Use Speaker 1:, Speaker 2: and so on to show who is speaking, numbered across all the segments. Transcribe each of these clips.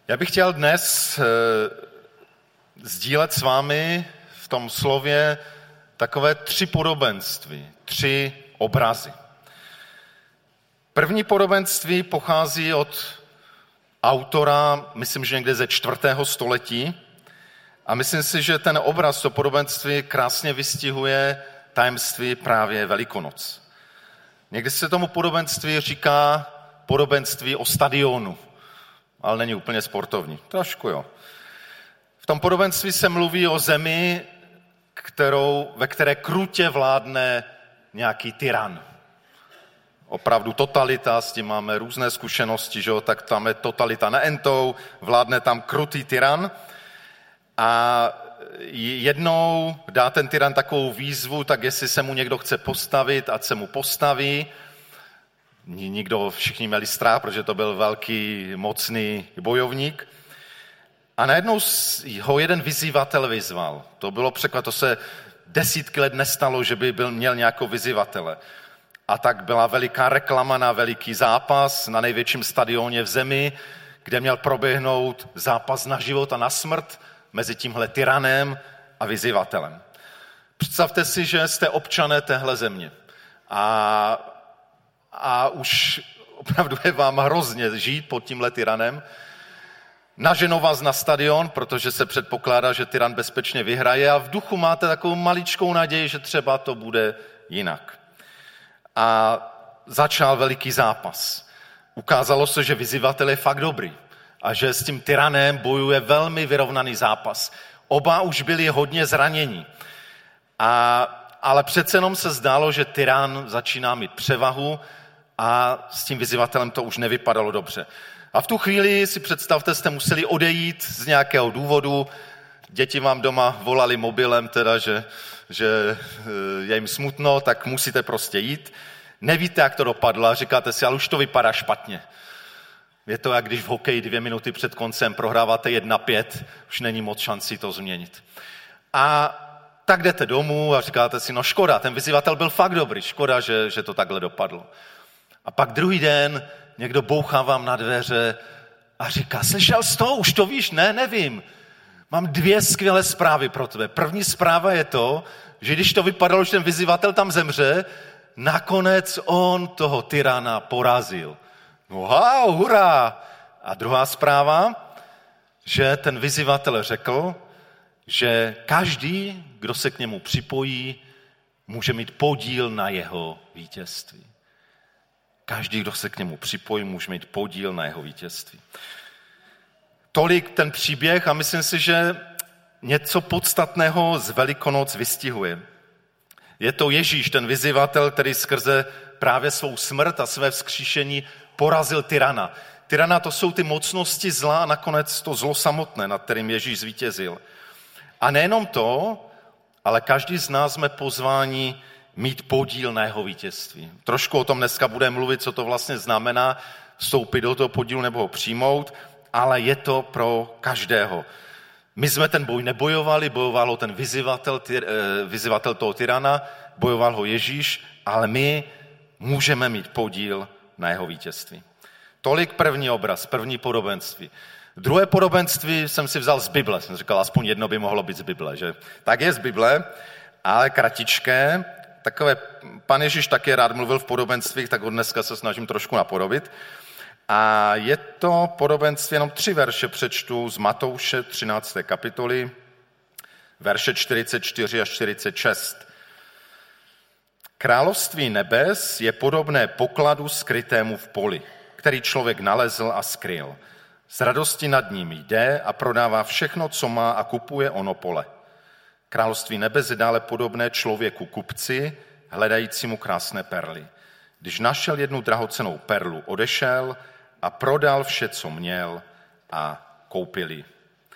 Speaker 1: Já bych chtěl dnes sdílet s vámi v tom slově takové 3 podobenství, 3 obrazy. První podobenství pochází od autora, myslím, že někde ze 4. století, a myslím si, že ten obraz, to podobenství krásně vystihuje tajemství právě Velikonoc. Někdy se tomu podobenství říká podobenství o stadionu, ale není úplně sportovní. Trošku jo. V tom podobenství se mluví o zemi, ve které krutě vládne nějaký tyran. Opravdu totalita, s tím máme různé zkušenosti, že jo? Tak tam je totalita neentou, vládne tam krutý tyran a jednou dá ten tyran takovou výzvu, tak jestli se mu někdo chce postavit, ať se mu postaví. Všichni měli strach, protože to byl velký, mocný bojovník. A najednou ho jeden vyzývatel vyzval. To se desítky let nestalo, že by měl nějakou vyzývatele. A tak byla veliká reklama na veliký zápas na největším stadioně v zemi, kde měl proběhnout zápas na život a na smrt mezi tímhle tyranem a vyzývatelem. Představte si, že jste občané téhle země a už opravdu je vám hrozně žít pod tímhle tyranem. Naženou vás na stadion, protože se předpokládá, že tyran bezpečně vyhraje a v duchu máte takovou maličkou naději, že třeba to bude jinak. A začal veliký zápas. Ukázalo se, že vyzývatel je fakt dobrý a že s tím tyranem bojuje velmi vyrovnaný zápas. Oba už byli hodně zraněni. Ale přece jenom se zdálo, že tyran začíná mít převahu a s tím vyzývatelem to už nevypadalo dobře. A v tu chvíli si představte, jste museli odejít z nějakého důvodu. Děti vám doma volali mobilem, teda, že je jim smutno, tak musíte prostě jít. Nevíte, jak to dopadlo a říkáte si, ale už to vypadá špatně. Je to, jak když v hokeji 2 minuty před koncem prohráváte 1-5, už není moc šancí to změnit. A tak jdete domů a říkáte si, no škoda, ten vyzývatel byl fakt dobrý, škoda, že to takhle dopadlo. A pak druhý den někdo bouchá vám na dveře a říká, slyšel jsi to, už to víš? Ne, nevím. Mám 2 skvělé zprávy pro tebe. První zpráva je to, že když to vypadalo, že ten vyzývatel tam zemře, nakonec on toho tyrana porazil. Wow, hurá! A druhá zpráva, že ten vyzývatel řekl, že každý, kdo se k němu připojí, může mít podíl na jeho vítězství. Každý, kdo se k němu připojí, může mít podíl na jeho vítězství. Tolik ten příběh a myslím si, že něco podstatného z Velikonoc vystihuje. Je to Ježíš, ten vyzývatel, který skrze právě svou smrt a své vzkříšení porazil tyrana. Tyrana to jsou ty mocnosti zla a nakonec to zlo samotné, nad kterým Ježíš zvítězil. A nejenom to, ale každý z nás jsme pozváni mít podíl na jeho vítězství. Trošku o tom dneska budeme mluvit, co to vlastně znamená vstoupit do toho podílu nebo ho přijmout, ale je to pro každého. My jsme ten boj nebojovali, bojoval ho ten vyzývatel toho tyrana, bojoval ho Ježíš, ale my můžeme mít podíl na jeho vítězství. Tolik první obraz, první podobenství. Druhé podobenství jsem si vzal z Bible. Jsem říkal, aspoň jedno by mohlo být z Bible, že? Tak je z Bible, ale kratičké. Takové, pan Ježíš taky rád mluvil v podobenstvích, tak ho dneska se snažím trošku napodobit. A je to podobenství, jenom 3 verše přečtu z Matouše 13. kapitoly, verše 44 až 46. Království nebes je podobné pokladu skrytému v poli, který člověk nalezl a skryl. Z radosti nad ním jde a prodává všechno, co má a kupuje ono pole. Království nebes je dále podobné člověku kupci, hledajícímu krásné perly. Když našel jednu drahocennou perlu, odešel a prodal vše, co měl a koupil ji.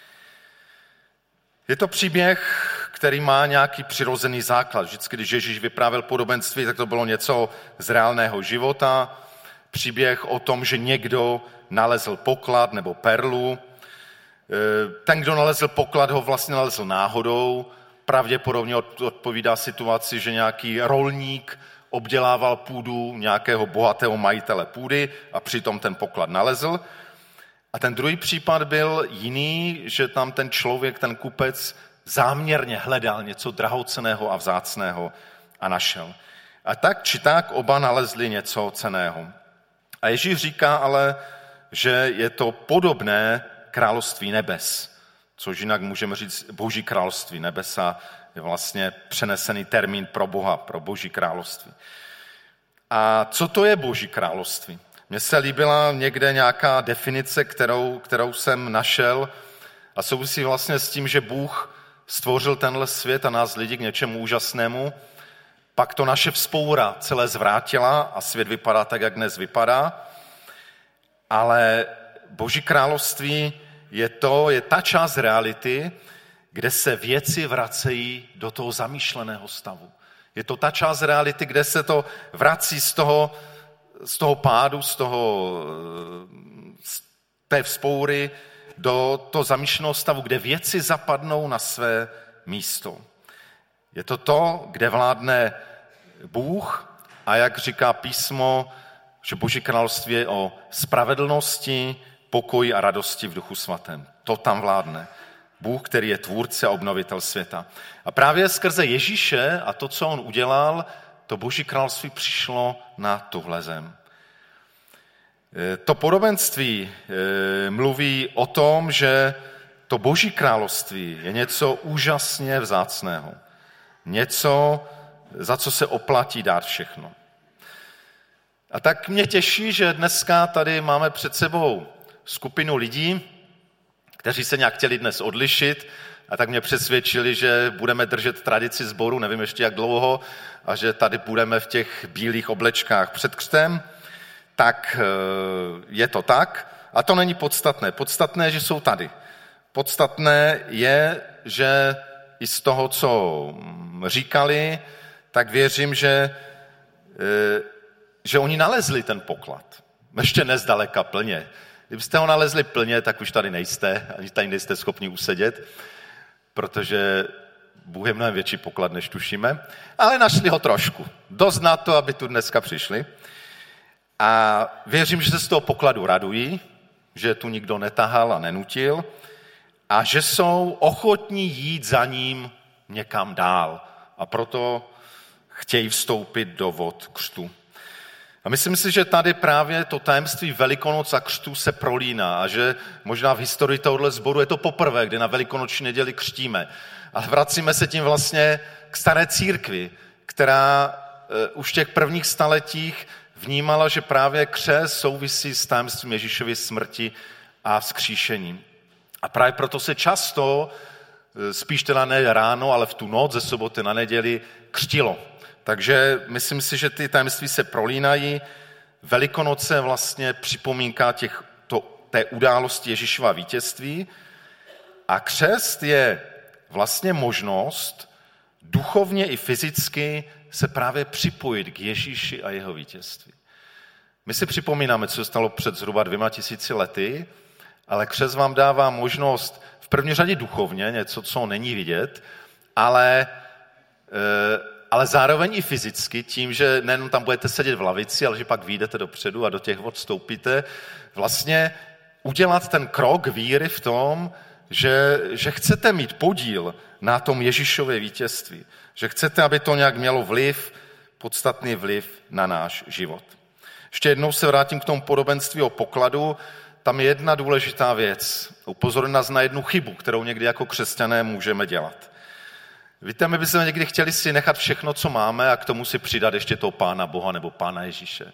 Speaker 1: Je to příběh, který má nějaký přirozený základ. Vždycky, když Ježíš vyprávěl podobenství, tak to bylo něco z reálného života. Příběh o tom, že někdo nalezl poklad nebo perlu. Ten, kdo nalezl poklad, ho vlastně nalezl náhodou. Pravděpodobně odpovídá situaci, že nějaký rolník obdělával půdu nějakého bohatého majitele půdy a přitom ten poklad nalezl. A ten druhý případ byl jiný, že tam ten člověk, ten kupec záměrně hledal něco drahocenného a vzácného a našel. A tak či tak oba nalezli něco cenného. A Ježíš říká ale, že je to podobné království nebes, což jinak můžeme říct Boží království. Nebesa je vlastně přenesený termín pro Boha, pro Boží království. A co to je Boží království? Mně se líbila někde nějaká definice, kterou jsem našel a souvisí vlastně s tím, že Bůh stvořil tenhle svět a nás lidi k něčemu úžasnému, pak to naše vzpoura celé zvrátila a svět vypadá tak, jak dnes vypadá, ale Boží království je ta část reality, kde se věci vracejí do toho zamýšleného stavu. Je to ta část reality, kde se to vrací z toho pádu, z té vzpoury do toho zamýšleného stavu, kde věci zapadnou na své místo. Je to, kde vládne Bůh a jak říká písmo, že Boží království je o spravedlnosti, pokoji a radosti v Duchu svatém. To tam vládne. Bůh, který je tvůrce a obnovitel světa. A právě skrze Ježíše a to, co on udělal, to Boží království přišlo na tuhle zem. To podobenství mluví o tom, že to Boží království je něco úžasně vzácného. Něco, za co se oplatí dát všechno. A tak mě těší, že dneska tady máme před sebou skupinu lidí, kteří se nějak chtěli dnes odlišit a tak mě přesvědčili, že budeme držet tradici sboru, nevím ještě jak dlouho, a že tady budeme v těch bílých oblečkách před křtem. Tak je to tak a to není podstatné. Podstatné je, že jsou tady. Podstatné je, že i z toho, co říkali, tak věřím, že oni nalezli ten poklad. Ještě nezdaleka plně. Kdybyste ho nalezli plně, tak už tady nejste, ani tady nejste schopni usedět, protože Bůh je mnohem větší poklad, než tušíme, ale našli ho trošku. Dost na to, aby tu dneska přišli. A věřím, že se z toho pokladu radují, že tu nikdo netahal a nenutil a že jsou ochotní jít za ním někam dál. A proto chtějí vstoupit do vod křtu. A myslím si, že tady právě to tajemství Velikonoc a křtu se prolíná a že možná v historii tohoto sboru je to poprvé, kdy na Velikonoční neděli křtíme. Ale vracíme se tím vlastně k staré církvi, která už v těch prvních staletích vnímala, že právě křest souvisí s tajemstvím Ježíšovy smrti a vzkříšením. A právě proto se často, spíš teda ne ráno, ale v tu noc ze soboty na neděli křtilo. Takže myslím si, že ty tajemství se prolínají. Velikonoce vlastně připomínka té události Ježíšova vítězství a křest je vlastně možnost duchovně i fyzicky se právě připojit k Ježíši a jeho vítězství. My si připomínáme, co se stalo před zhruba 2000 lety, ale křest vám dává možnost v první řadě duchovně, něco, co není vidět, ale zároveň i fyzicky, tím, že nejenom tam budete sedět v lavici, ale že pak vyjdete dopředu a do těch vod vstoupíte, vlastně udělat ten krok víry v tom, že chcete mít podíl na tom Ježíšově vítězství. Že chcete, aby to nějak mělo podstatný vliv na náš život. Ještě jednou se vrátím k tomu podobenství o pokladu. Tam je jedna důležitá věc. Upozorňuji nás na jednu chybu, kterou někdy jako křesťané můžeme dělat. Víte, my bychom někdy chtěli si nechat všechno, co máme a k tomu si přidat ještě toho Pána Boha nebo Pána Ježíše.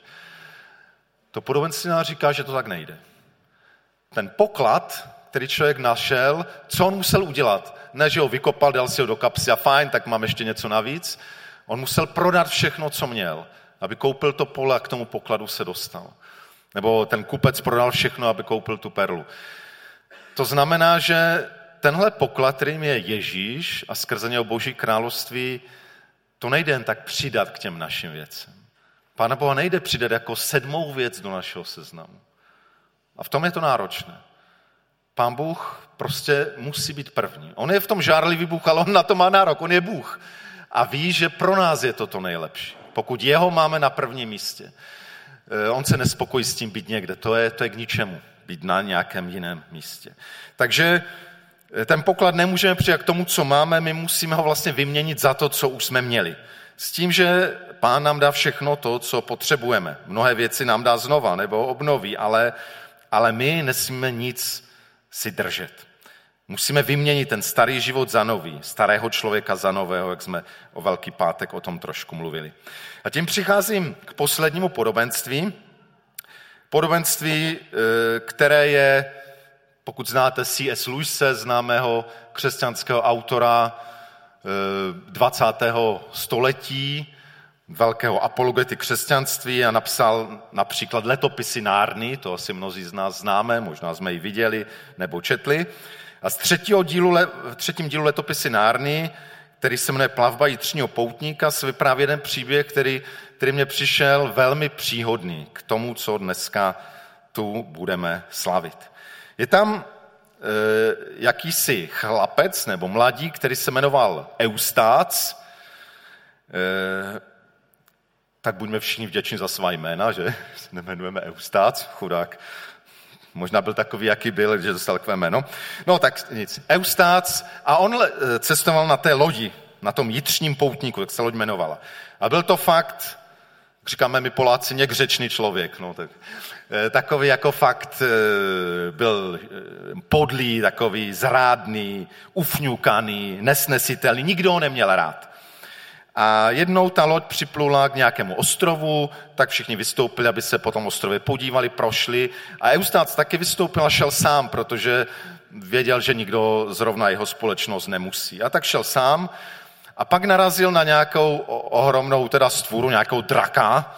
Speaker 1: To podobenství nám říká, že to tak nejde. Ten poklad, který člověk našel, co on musel udělat? Ne, že ho vykopal, dal si ho do kapsy a fajn, tak mám ještě něco navíc. On musel prodat všechno, co měl, aby koupil to pole a k tomu pokladu se dostal. Nebo ten kupec prodal všechno, aby koupil tu perlu. To znamená, že tenhle poklad, kterým je Ježíš a skrze něho Boží království, to nejde jen tak přidat k těm našim věcem. Pána Boha nejde přidat jako 7. věc do našeho seznamu. A v tom je to náročné. Pán Bůh prostě musí být první. On je v tom žárlivý Bůh, ale on na to má nárok, on je Bůh. A ví, že pro nás je to nejlepší. Pokud jeho máme na prvním místě. On se nespokojí s tím být někde, to je k ničemu. být na nějakém jiném místě. Takže ten poklad nemůžeme přijít k tomu, co máme, my musíme ho vlastně vyměnit za to, co už jsme měli. S tím, že Pán nám dá všechno to, co potřebujeme. Mnohé věci nám dá znova nebo obnoví, ale my nesmíme nic si držet. Musíme vyměnit ten starý život za nový, starého člověka za nového, jak jsme o Velký pátek o tom trošku mluvili. A tím přicházím k poslednímu podobenství. Podobenství, které je, pokud znáte C.S. Lewise, známého křesťanského autora 20. století, velkého apologety křesťanství a napsal například Letopisy Nárny, to asi mnozí z nás známe, možná jsme ji viděli nebo četli. A v třetím dílu Letopisy Nárny, který se jmenuje Plavba jitřního poutníka, se vypráví jeden příběh, který mě přišel velmi příhodný k tomu, co dneska tu budeme slavit. Je tam jakýsi chlapec nebo mladík, který se jmenoval Eustác. Tak buďme všichni vděční za svá jména, že se nejmenujeme Eustác, chudák. Možná byl takový, jaký byl, že dostal takové jméno. No tak nic. Eustác a on cestoval na té lodi, na tom jitřním poutníku, jak se loď jmenovala. A byl to fakt, říkáme my Poláci, někřečný člověk. No, tak, takový jako fakt byl podlý, takový zrádný, ufňukaný, nesnesitelný, nikdo ho neměl rád. A jednou ta loď připlula k nějakému ostrovu, tak všichni vystoupili, aby se po tom ostrově podívali, prošli. A Eustác taky vystoupil a šel sám, protože věděl, že nikdo zrovna jeho společnost nemusí. A tak šel sám a pak narazil na nějakou ohromnou teda stvůru, nějakou draka,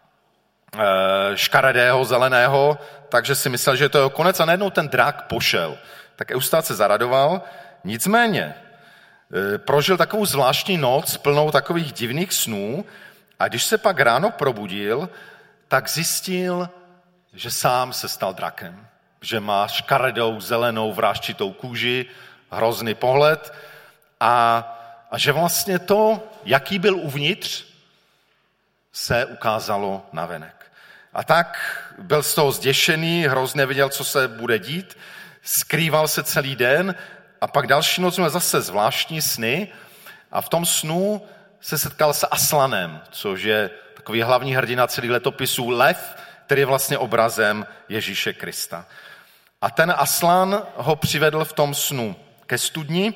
Speaker 1: škaredého, zeleného, takže si myslel, že to je konec a najednou ten drak pošel. Tak Eustác se zaradoval, nicméně prožil takovou zvláštní noc plnou takových divných snů a když se pak ráno probudil, tak zjistil, že sám se stal drakem. Že má škaredou, zelenou, vráščitou kůži, hrozný pohled a že vlastně to, jaký byl uvnitř, se ukázalo navenek. A tak byl z toho zděšený, hrozně nevěděl, co se bude dít, skrýval se celý den a pak další noc měl zase zvláštní sny a v tom snu se setkal s Aslanem, což je takový hlavní hrdina celých letopisů, lev, který je vlastně obrazem Ježíše Krista. A ten Aslan ho přivedl v tom snu ke studni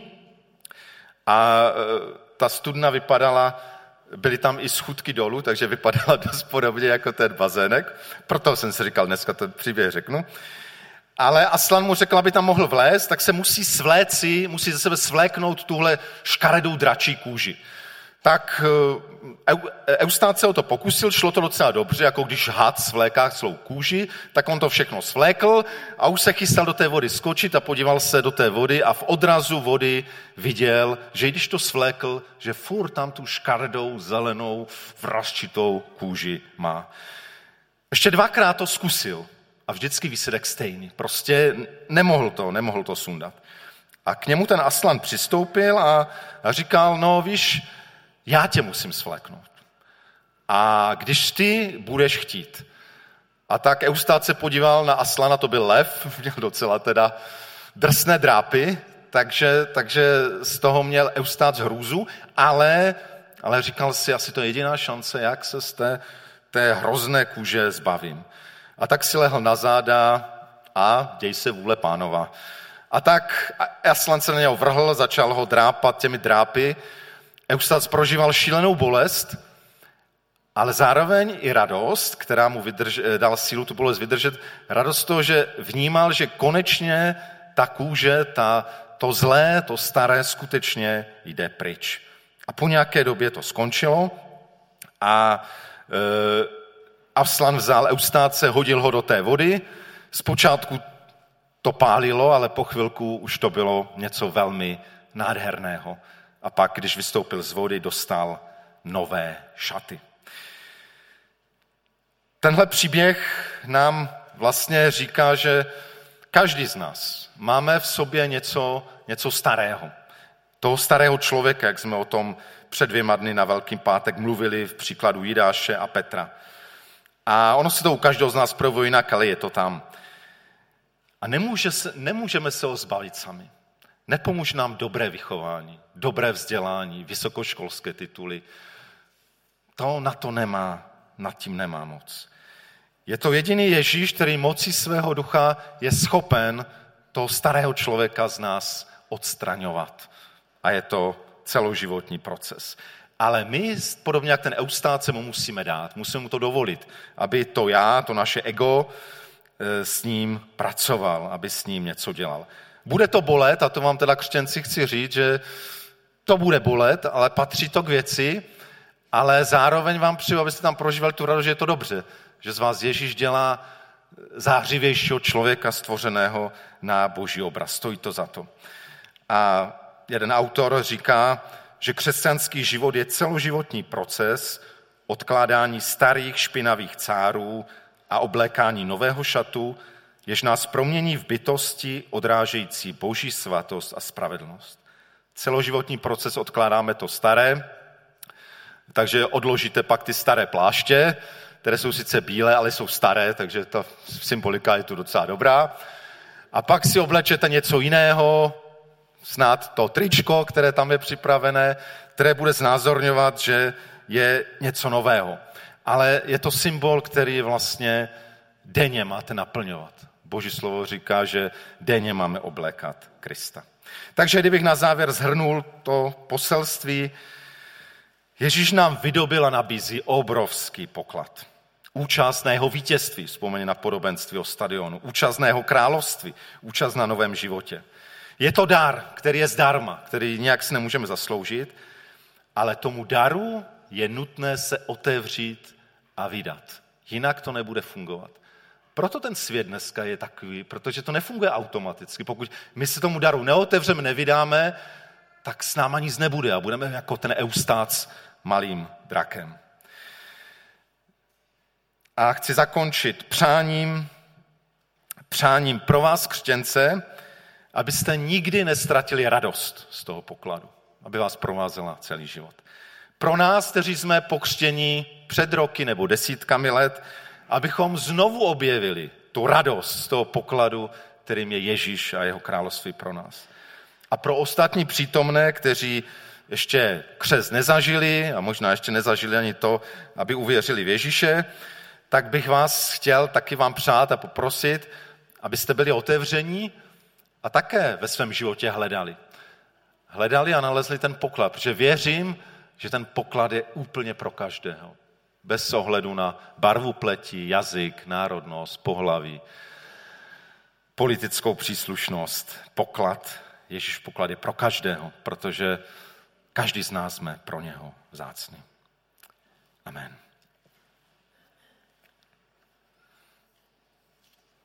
Speaker 1: a ta studna vypadala, byly tam i schůdky dolů, takže vypadala dost podobně jako ten bazének. Proto jsem si říkal, dneska ten příběh řeknu. Ale Aslan mu řekl, aby tam mohl vlézt, tak se musí ze sebe svléknout tuhle škaredou dračí kůži. Tak Eustác se o to pokusil, šlo to docela dobře, jako když had svléká celou kůži, tak on to všechno svlékl a už se chystal do té vody skočit a podíval se do té vody a v odrazu vody viděl, že když to svlékl, že furt tam tu škaredou, zelenou, vražčitou kůži má. Ještě dvakrát to zkusil a vždycky výsledek stejný. Prostě nemohl to sundat. A k němu ten Aslan přistoupil a říkal, no víš, já tě musím svléknout. A když ty budeš chtít. A tak Eustác se podíval na Aslana, to byl lev, měl docela teda drsné drápy, takže z toho měl Eustác hrůzu, ale říkal si, asi to je jediná šance, jak se z té hrozné kůže zbavím. A tak si lehl na záda a děj se vůle Pánova. A tak Aslan se na něho vrhl, začal ho drápat těmi drápy. Eustác prožíval šílenou bolest, ale zároveň i radost, která mu dal sílu tu bolest vydržet, radost toho, že vnímal, že konečně ta kůže, to zlé, to staré skutečně jde pryč. A po nějaké době to skončilo a Aslan vzal Eustáce, hodil ho do té vody. Zpočátku to pálilo, ale po chvilku už to bylo něco velmi nádherného. A pak, když vystoupil z vody, dostal nové šaty. Tenhle příběh nám vlastně říká, že každý z nás máme v sobě něco starého. Toho starého člověka, jak jsme o tom před 2 dny na Velký pátek mluvili v příkladu Jidáše a Petra. A ono se to u každého z nás projevuje jinak, ale je to tam. A nemůžeme se ho zbavit sami. Nepomůže nám dobré vychování, dobré vzdělání, vysokoškolské tituly. Nad tím nemá moc. Je to jediný Ježíš, který mocí svého ducha je schopen toho starého člověka z nás odstraňovat. A je to celoživotní proces. Ale my, podobně jak ten Eustát, se mu musíme dát. Musíme mu to dovolit, aby to naše ego s ním pracoval, aby s ním něco dělal. Bude to bolet, a to vám teda křesťanci chci říct, že to bude bolet, ale patří to k věci, ale zároveň vám přeju, abyste tam prožívali tu radost, že je to dobře, že z vás Ježíš dělá zářivějšího člověka stvořeného na Boží obraz. Stojí to za to. A jeden autor říká, že křesťanský život je celoživotní proces odkládání starých špinavých cárů a oblékání nového šatu, jež nás promění v bytosti odrážející Boží svatost a spravedlnost. Celoživotní proces odkládáme to staré, takže odložíte pak ty staré pláště, které jsou sice bílé, ale jsou staré, takže ta symbolika je tu docela dobrá. A pak si oblečete něco jiného, snad to tričko, které tam je připravené, které bude znázorňovat, že je něco nového. Ale je to symbol, který vlastně denně máte naplňovat. Boží slovo říká, že denně máme oblékat Krista. Takže kdybych na závěr shrnul to poselství, Ježíš nám vydobil a nabízí obrovský poklad. Účast na jeho vítězství, vzpomeň na podobenství o stadionu, účast na jeho království, účast na novém životě. Je to dar, který je zdarma, který nějak si nemůžeme zasloužit, ale tomu daru je nutné se otevřít a vydat. Jinak to nebude fungovat. Proto ten svět dneska je takový, protože to nefunguje automaticky. Pokud my se tomu daru neotevřeme, nevydáme, tak s náma nic nebude a budeme jako ten Eustát s malým drakem. A chci zakončit přáním pro vás, křesťance, abyste nikdy neztratili radost z toho pokladu, aby vás provázela celý život. Pro nás, kteří jsme pokřtěni před roky nebo desítkami let, abychom znovu objevili tu radost z toho pokladu, kterým je Ježíš a jeho království pro nás. A pro ostatní přítomné, kteří ještě křest nezažili a možná ještě nezažili ani to, aby uvěřili v Ježíše, tak bych vás chtěl taky vám přát a poprosit, abyste byli otevření a také ve svém životě hledali. Hledali a nalezli ten poklad, protože věřím, že ten poklad je úplně pro každého. Bez ohledu na barvu pleti, jazyk, národnost, pohlaví, politickou příslušnost. Ježíš poklad je pro každého, protože každý z nás jsme pro něho vzácný. Amen.